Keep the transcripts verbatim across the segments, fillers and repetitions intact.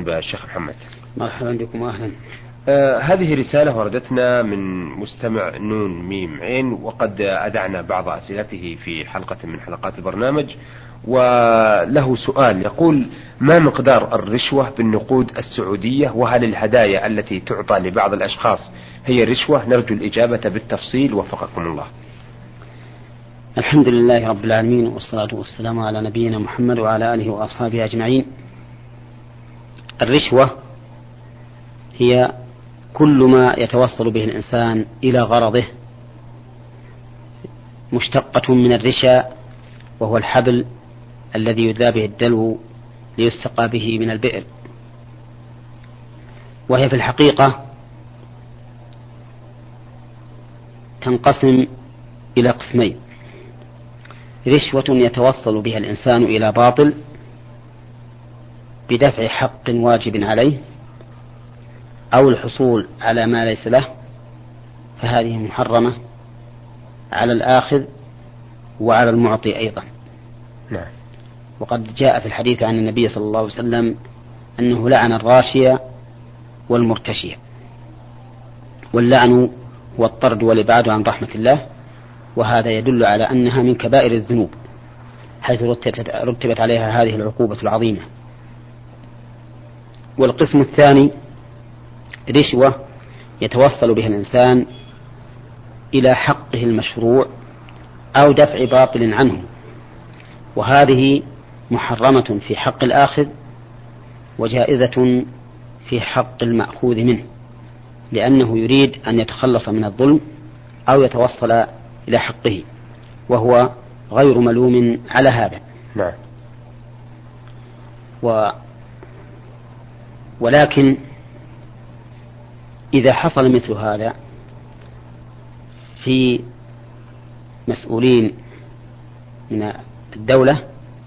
بالشيخ محمد. مرحبا بكم وأهلا. آه هذه رسالة وردتنا من مستمع نون ميم عين، وقد أدعنا بعض أسئلته في حلقة من حلقات البرنامج، وله سؤال يقول: ما مقدار الرشوة بالنقود السعودية؟ وهل الهدايا التي تعطى لبعض الأشخاص هي رشوة؟ نرجو الإجابة بالتفصيل وفقكم الله. الحمد لله رب العالمين، والصلاة والسلام على نبينا محمد وعلى آله وأصحابه أجمعين. الرشوة هي كل ما يتوصل به الإنسان إلى غرضه، مشتقة من الرشا، وهو الحبل الذي يدلى به الدلو ليستقى به من البئر. وهي في الحقيقة تنقسم إلى قسمين: رشوة يتوصل بها الإنسان إلى باطل بدفع حق واجب عليه أو الحصول على ما ليس له، فهذه محرمة على الآخذ وعلى المعطي أيضا. نعم. وقد جاء في الحديث عن النبي صلى الله عليه وسلم أنه لعن الراشية والمرتشية، واللعن هو الطرد والإبعاد عن رحمة الله، وهذا يدل على أنها من كبائر الذنوب، حيث رتبت عليها هذه العقوبة العظيمة. والقسم الثاني رشوة يتوصل بها الإنسان إلى حقه المشروع أو دفع باطل عنه، وهذه محرمة في حق الآخذ وجائزة في حق المأخوذ منه، لأنه يريد أن يتخلص من الظلم أو يتوصل إلى حقه، وهو غير ملوم على هذا. نعم. و ولكن إذا حصل مثل هذا في مسؤولين من الدولة،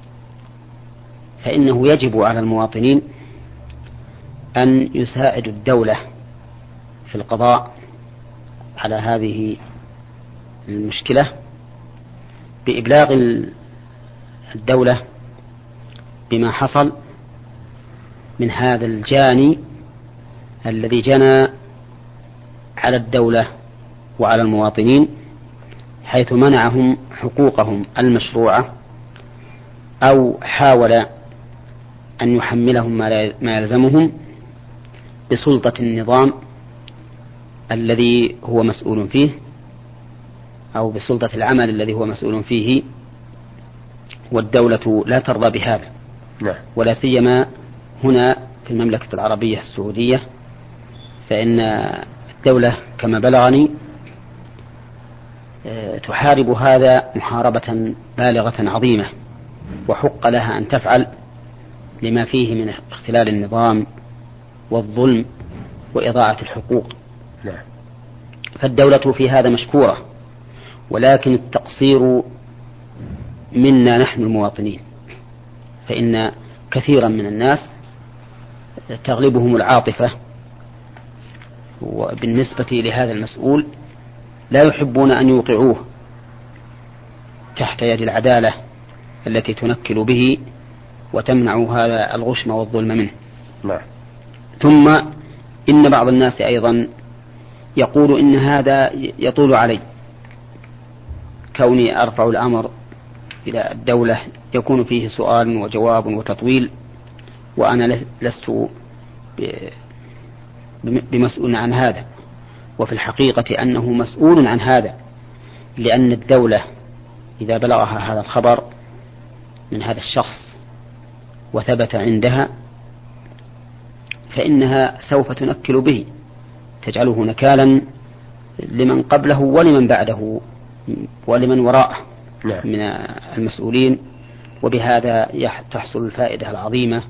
فإنه يجب على المواطنين أن يساعدوا الدولة في القضاء على هذه المشكلة بإبلاغ الدولة بما حصل من هذا الجاني الذي جنى على الدولة وعلى المواطنين، حيث منعهم حقوقهم المشروعة أو حاول أن يحملهم ما يلزمهم بسلطة النظام الذي هو مسؤول فيه، أو بسلطة العمل الذي هو مسؤول فيه، والدولة لا ترضى بهذا. نعم. ولا سيما هنا في المملكة العربية السعودية، فإن الدولة كما بلغني تحارب هذا محاربة بالغة عظيمة، وحق لها أن تفعل لما فيه من اختلال النظام والظلم وإضاعة الحقوق. نعم. فالدولة في هذا مشكورة، ولكن التقصير منا نحن المواطنين، فإن كثيرا من الناس تغلبهم العاطفة، وبالنسبة لهذا المسؤول لا يحبون أن يوقعوه تحت يد العدالة التي تنكل به وتمنع هذا الغشم والظلم منه. نعم. ثم إن بعض الناس أيضا يقول إن هذا يطول علي، كوني أرفع الأمر إلى الدولة يكون فيه سؤال وجواب وتطويل، وأنا لست بمسؤول عن هذا. وفي الحقيقة أنه مسؤول عن هذا، لأن الدولة إذا بلغها هذا الخبر من هذا الشخص وثبت عندها، فإنها سوف تنكل به، تجعله نكالا لمن قبله ولمن بعده ولمن وراءه من المسؤولين، وبهذا تحصل الفائدة العظيمة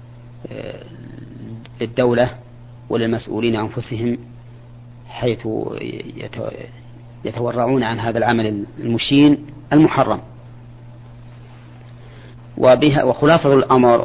للدولة وللمسؤولين أنفسهم، حيث يتورعون عن هذا العمل المشين المحرم. وبها وخلاصة الأمر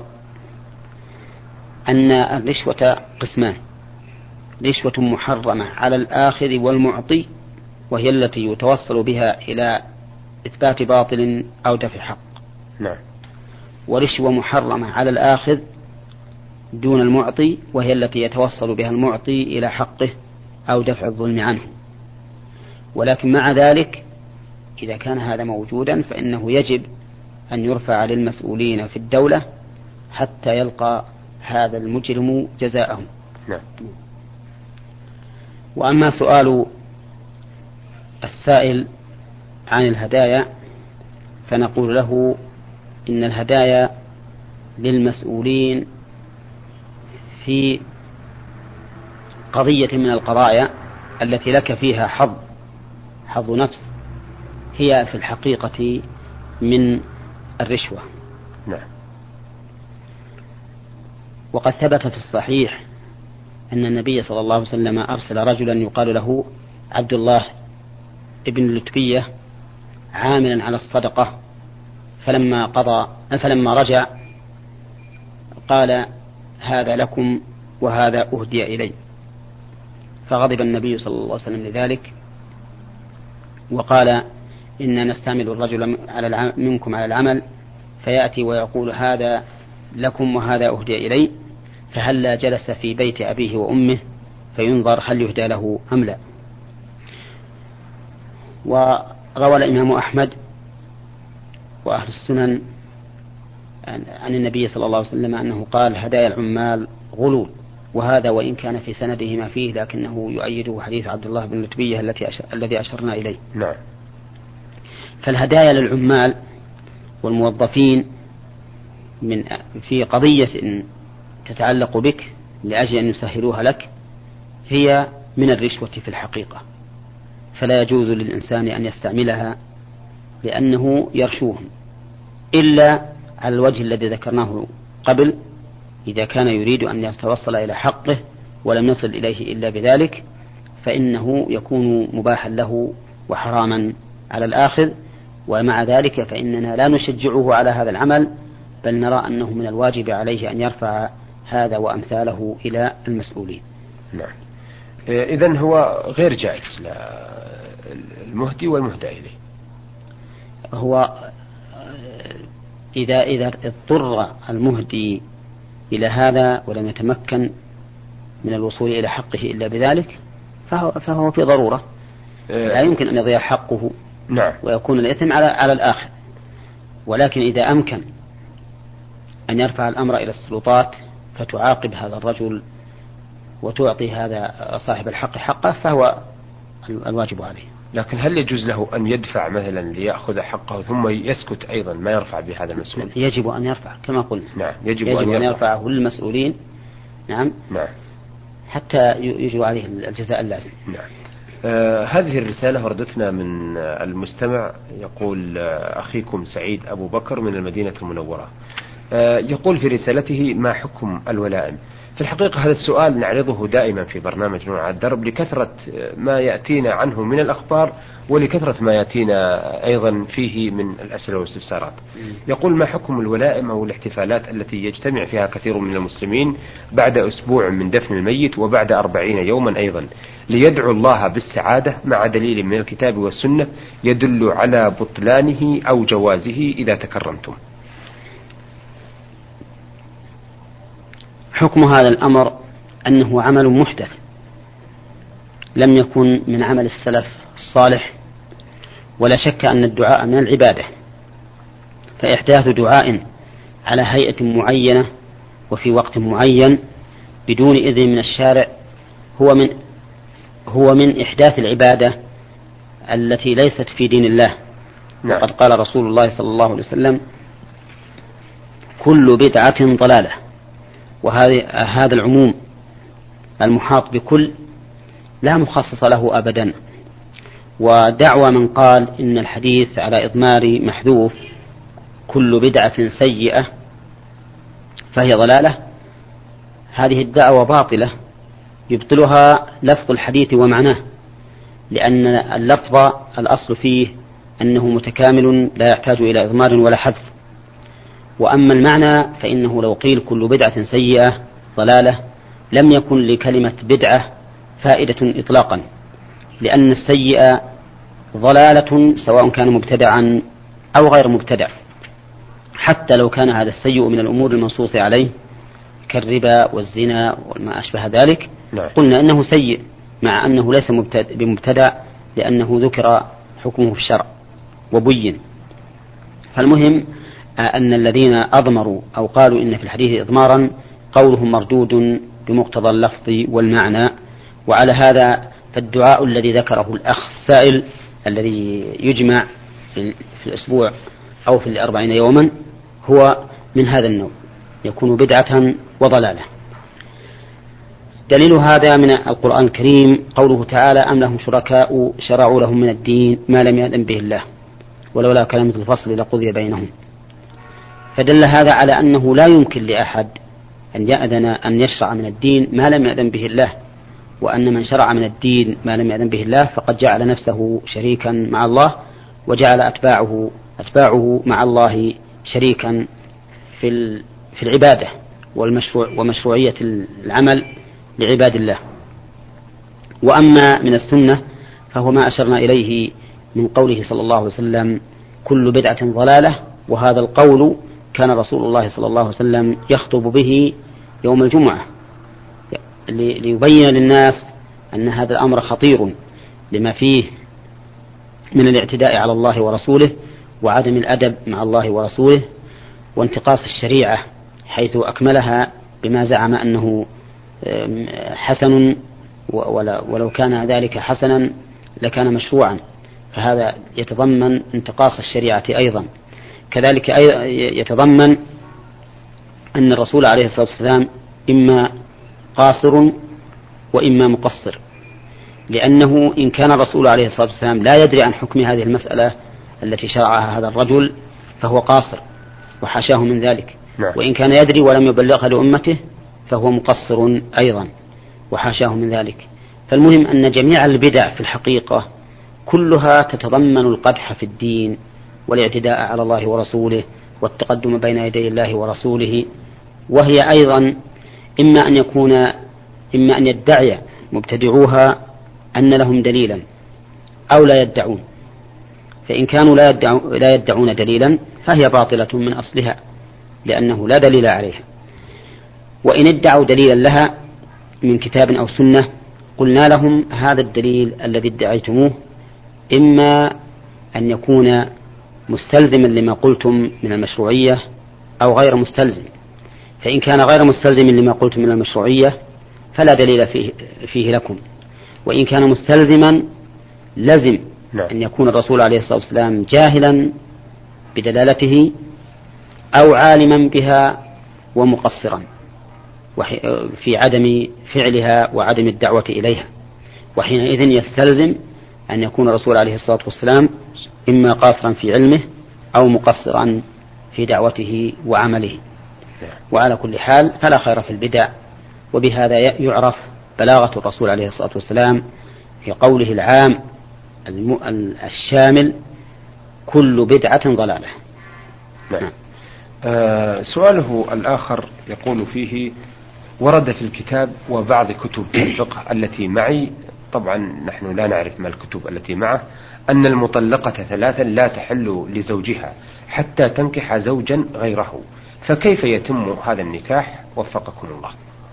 أن الرشوة قسمان: رشوة محرمة على الآخذ والمعطي، وهي التي يتوصل بها إلى إثبات باطل أو دفع حق. نعم. ورشوة محرمة على الآخذ دون المعطي، وهي التي يتوصل بها المعطي إلى حقه أو دفع الظلم عنه. ولكن مع ذلك إذا كان هذا موجودا فإنه يجب أن يرفع للمسؤولين في الدولة حتى يلقى هذا المجرم جزاءهم. نعم. وأما سؤال السائل عن الهدايا فنقول له إن الهدايا للمسؤولين في قضية من القضايا التي لك فيها حظ حظ نفس هي في الحقيقة من الرشوة. نعم. وقد ثبت في الصحيح أن النبي صلى الله عليه وسلم أرسل رجلا يقال له عبد الله ابن اللتبية عاملا على الصدقة، فلما قضى فلما رجع قال هذا لكم وهذا أهدي إلي، فغضب النبي صلى الله عليه وسلم لذلك وقال إننا نستعمل الرجل على منكم على العمل فيأتي ويقول هذا لكم وهذا أهدي إلي، فهلا جلس في بيت أبيه وأمه فينظر هل يهدى له أم لا. وروى الإمام أحمد وأهل السنن عن النبي صلى الله عليه وسلم أنه قال هدايا العمال غلول، وهذا وإن كان في سنده ما فيه لكنه يؤيده حديث عبد الله بن لتبية التي أشر الذي أشرنا إليه. نعم. فالهدايا للعمال والموظفين من في قضية تتعلق بك لأجل أن يسهلوها لك هي من الرشوة في الحقيقة، فلا يجوز للإنسان أن يستعملها لأنه يرشوهم إلا على الوجه الذي ذكرناه قبل، إذا كان يريد أن يتوصل إلى حقه ولم يصل إليه إلا بذلك فإنه يكون مباحا له وحراما على الآخذ. ومع ذلك فإننا لا نشجعه على هذا العمل، بل نرى أنه من الواجب عليه أن يرفع هذا وأمثاله إلى المسؤولين. نعم. إذن هو غير جائز للمهدي والمهدى إليه. هو إذا إذا اضطر المهدي إلى هذا ولم يتمكن من الوصول إلى حقه إلا بذلك فهو, فهو في ضرورة، لا يمكن أن يضيع حقه. نعم. ويكون الإثم على على الآخر. ولكن إذا أمكن أن يرفع الأمر إلى السلطات فتعاقب هذا الرجل وتعطي هذا صاحب الحق حقه فهو الواجب عليه. لكن هل يجوز له أن يدفع مثلا ليأخذ حقه ثم يسكت أيضا ما يرفع بهذا المسؤول؟ يجب أن يرفع كما قلنا. نعم. يجب, يجب أن, أن يرفعه للمسؤولين. نعم. نعم. حتى يجري عليه الجزاء اللازم. نعم. آه هذه الرسالة وردتنا من آه المستمع يقول آه أخيكم سعيد أبو بكر من المدينة المنورة. آه يقول في رسالته ما حكم الولائم؟ في الحقيقة هذا السؤال نعرضه دائما في برنامج نور على الدرب لكثرة ما يأتينا عنه من الأخبار ولكثرة ما يأتينا أيضا فيه من الأسئلة والاستفسارات. يقول ما حكم الولائم أو الاحتفالات التي يجتمع فيها كثير من المسلمين بعد أسبوع من دفن الميت وبعد أربعين يوما أيضا ليدعو الله بالسعادة مع دليل من الكتاب والسنة يدل على بطلانه أو جوازه إذا تكرمتم؟ حكم هذا الأمر أنه عمل محدث لم يكن من عمل السلف الصالح، ولا شك أن الدعاء من العبادة، فإحداث دعاء على هيئة معينة وفي وقت معين بدون إذن من الشارع هو من هو من إحداث العبادة التي ليست في دين الله. نعم. وقد قال رسول الله صلى الله عليه وسلم كل بدعة ضلالة، وهذا العموم المحاط بكل لا مخصص له أبدا. ودعوى من قال إن الحديث على إضمار محذوف كل بدعة سيئة فهي ضلالة، هذه الدعوة باطلة يبطلها لفظ الحديث ومعناه، لأن اللفظ الأصل فيه أنه متكامل لا يحتاج إلى إضمار ولا حذف. وأما المعنى فإنه لو قيل كل بدعة سيئة ضلالة لم يكن لكلمة بدعة فائدة إطلاقا، لأن السيئة ضلالة سواء كان مبتدعا أو غير مبتدع، حتى لو كان هذا السيء من الأمور المنصوص عليه كالربا والزنا وما أشبه ذلك، نعم. قلنا إنه سيء مع أنه ليس بمبتدع لأنه ذكر حكمه في الشرع وبين. فالمهم أن الذين أضمروا أو قالوا إن في الحديث إضمارا قولهم مردود بمقتضى اللفظ والمعنى. وعلى هذا فالدعاء الذي ذكره الأخ السائل الذي يجمع في الأسبوع أو في الأربعين يوما هو من هذا النوع، يكون بدعة وضلالة. دليل هذا من القرآن الكريم قوله تعالى: أم لهم شركاء شرعوا لهم من الدين ما لم يأذن به الله ولولا كلمة الفصل لقضي بينهم. فدل هذا على أنه لا يمكن لأحد أن يأذن أن يشرع من الدين ما لم يأذن به الله، وأن من شرع من الدين ما لم يأذن به الله فقد جعل نفسه شريكا مع الله، وجعل أتباعه أتباعه مع الله شريكا في في العبادة والمشروع ومشروعية العمل لعباد الله. وأما من السنة فهو ما أشرنا إليه من قوله صلى الله عليه وسلم: كل بدعة ضلالة. وهذا القول كان رسول الله صلى الله عليه وسلم يخطب به يوم الجمعة ليبين للناس أن هذا الأمر خطير لما فيه من الاعتداء على الله ورسوله وعدم الأدب مع الله ورسوله وانتقاص الشريعة حيث أكملها بما زعم أنه حسن، ولو كان ذلك حسنا لكان مشروعا، فهذا يتضمن انتقاص الشريعة أيضا. كذلك يتضمن أن الرسول عليه الصلاة والسلام إما قاصر وإما مقصر، لأنه إن كان الرسول عليه الصلاة والسلام لا يدري عن حكم هذه المسألة التي شرعها هذا الرجل فهو قاصر وحاشاه من ذلك، نعم. وإن كان يدري ولم يبلغها لأمته فهو مقصر أيضا وحاشاه من ذلك. فالمهم أن جميع البدع في الحقيقة كلها تتضمن القدح في الدين والاعتداء على الله ورسوله والتقدم بين يدي الله ورسوله، وهي أيضا إما أن يكون إما أن يدعي مبتدعوها أن لهم دليلا أو لا يدعون، فإن كانوا لا يدعون, لا يدعون دليلا فهي باطلة من أصلها لأنه لا دليل عليها. وإن ادعوا دليلا لها من كتاب أو سنة قلنا لهم: هذا الدليل الذي ادعيتموه إما أن يكون مستلزما لما قلتم من المشروعية أو غير مستلزم، فإن كان غير مستلزم لما قلتم من المشروعية فلا دليل فيه, فيه لكم، وإن كان مستلزما لزم أن يكون الرسول عليه الصلاة والسلام جاهلا بدلالته أو عالما بها ومقصرا في عدم فعلها وعدم الدعوة إليها، وحينئذ يستلزم أن يكون الرسول عليه الصلاة والسلام إما قاصرا في علمه أو مقصرا في دعوته وعمله. وعلى كل حال فلا خير في البدع، وبهذا يعرف بلاغة الرسول عليه الصلاة والسلام في قوله العام الشامل: كل بدعة ضلالة. نعم. آه سؤاله الآخر يقول فيه: ورد في الكتاب وبعض كتب الفقه التي معي، طبعا نحن لا نعرف ما الكتب التي معه، أن المطلقة ثلاثا لا تحل لزوجها حتى تنكح زوجا غيره، فكيف يتم هذا النكاح وفقكم الله؟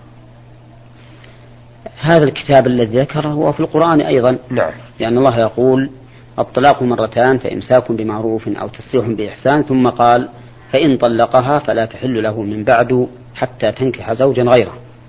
هذا الكتاب الذي ذكره هو في القرآن أيضا، نعم. لأن الله يقول: الطلاق مرتان فإمساك بمعروف أو تسريح بإحسان، ثم قال: فإن طلقها فلا تحل له من بعد حتى تنكح زوجا غيره.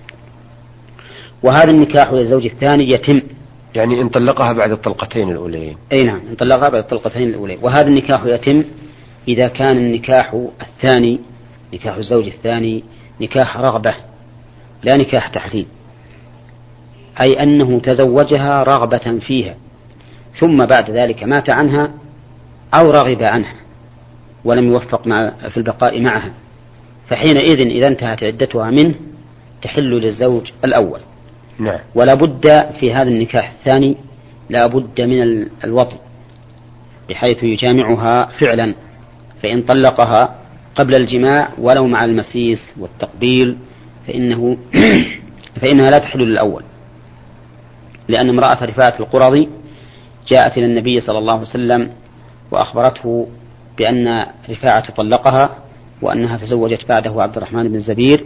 وهذا النكاح للزوج الثاني يتم، يعني إن طلقها بعد الطلقتين الأولين. أي نعم، إن طلقها بعد الطلقتين الأولين. وهذا النكاح يتم إذا كان النكاح الثاني نكاح الزوج الثاني نكاح رغبة لا نكاح تحريم، أي أنه تزوجها رغبة فيها ثم بعد ذلك مات عنها أو رغب عنها ولم يوفق مع في البقاء معها، فحينئذ إذا انتهت عدتها منه تحل للزوج الأول. نعم. ولا بد في هذا النكاح الثاني لا بد من الوطء بحيث يجامعها فعلا، فإن طلقها قبل الجماع ولو مع المسيس والتقبيل فإنه فإنها لا تحل للأول، لأن امرأة رفاعة القرظي جاءت إلى النبي صلى الله عليه وسلم وأخبرته بأن رفاعة طلقها وأنها تزوجت بعده عبد الرحمن بن الزبير،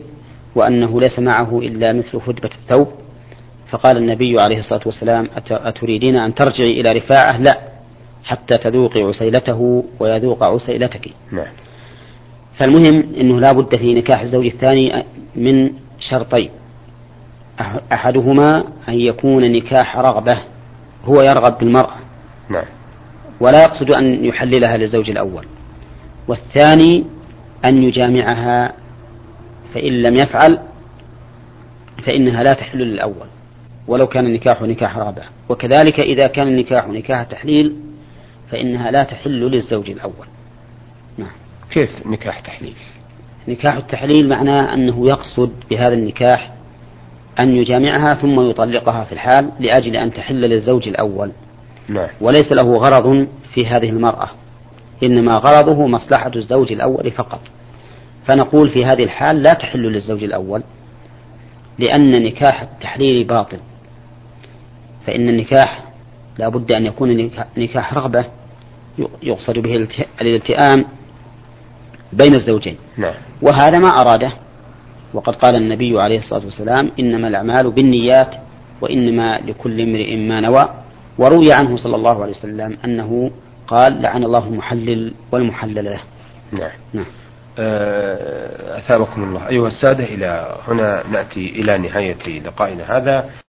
وأنه ليس معه إلا مثل هدبة الثوب، فقال النبي عليه الصلاة والسلام: أتريدين أن ترجعي إلى رفاعة؟ لا، حتى تذوقي عسيلته ويذوق عسيلتك. نعم. فالمهم أنه لا بد في نكاح الزوج الثاني من شرطين: أحدهما أن يكون نكاح رغبة، هو يرغب بالمرأة نعم. ولا يقصد أن يحللها للزوج الأول، والثاني أن يجامعها، فإن لم يفعل فإنها لا تحل للأول ولو كان النكاح نكاح رغبة، وكذلك إذا كان النكاح نكاح تحليل فإنها لا تحل للزوج الأول. نعم. كيف نكاح تحليل؟ نكاح التحليل معناه أنه يقصد بهذا النكاح أن يجامعها ثم يطلقها في الحال لأجل أن تحل للزوج الأول. نعم. وليس له غرض في هذه المرأة، إنما غرضه مصلحة الزوج الأول فقط. فنقول في هذه الحال لا تحل للزوج الأول، لأن نكاح التحليل باطل. فإن النكاح لا بد أن يكون نكاح رغبة يقصد به الالتئام بين الزوجين. نعم. وهذا ما أراده، وقد قال النبي عليه الصلاة والسلام: إنما الأعمال بالنيات وإنما لكل امرئ ما نوى. وروي عنه صلى الله عليه وسلم أنه قال: لعن الله المحلل والمحلل له. نعم. نعم. أثابكم الله أيها السادة، إلى هنا نأتي إلى نهاية لقائنا هذا.